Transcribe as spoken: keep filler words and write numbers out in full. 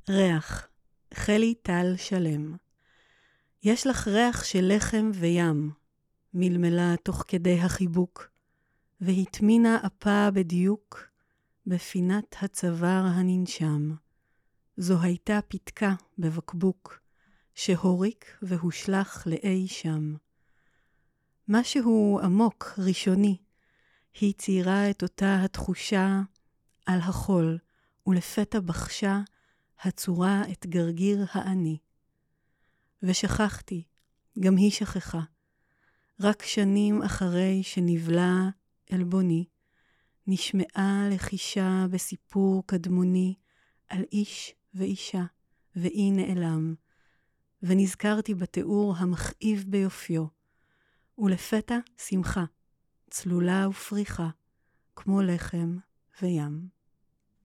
ריח, חלי טל שלם. יש לך ריח של לחם וים, מלמלה תוך כדי החיבוק, והטמינה אפה בדיוק בפינת הצוואר הננשם. זו הייתה פתקה בבקבוק, שהוריק והושלך לאי שם. משהו עמוק, ראשוני, היא ציירה את אותה התחושה על החול, ולפתע בחשה הצורה את גרגיר העני. ושכחתי, גם היא שכחה. רק שנים אחרי שנבלה אלבוני, נשמעה לחישה בסיפור קדמוני על איש ואישה, ואי נעלם. ונזכרתי בתיאור המכאיב ביופיו, ולפתע שמחה, צלולה ופריחה, כמו לחם וים.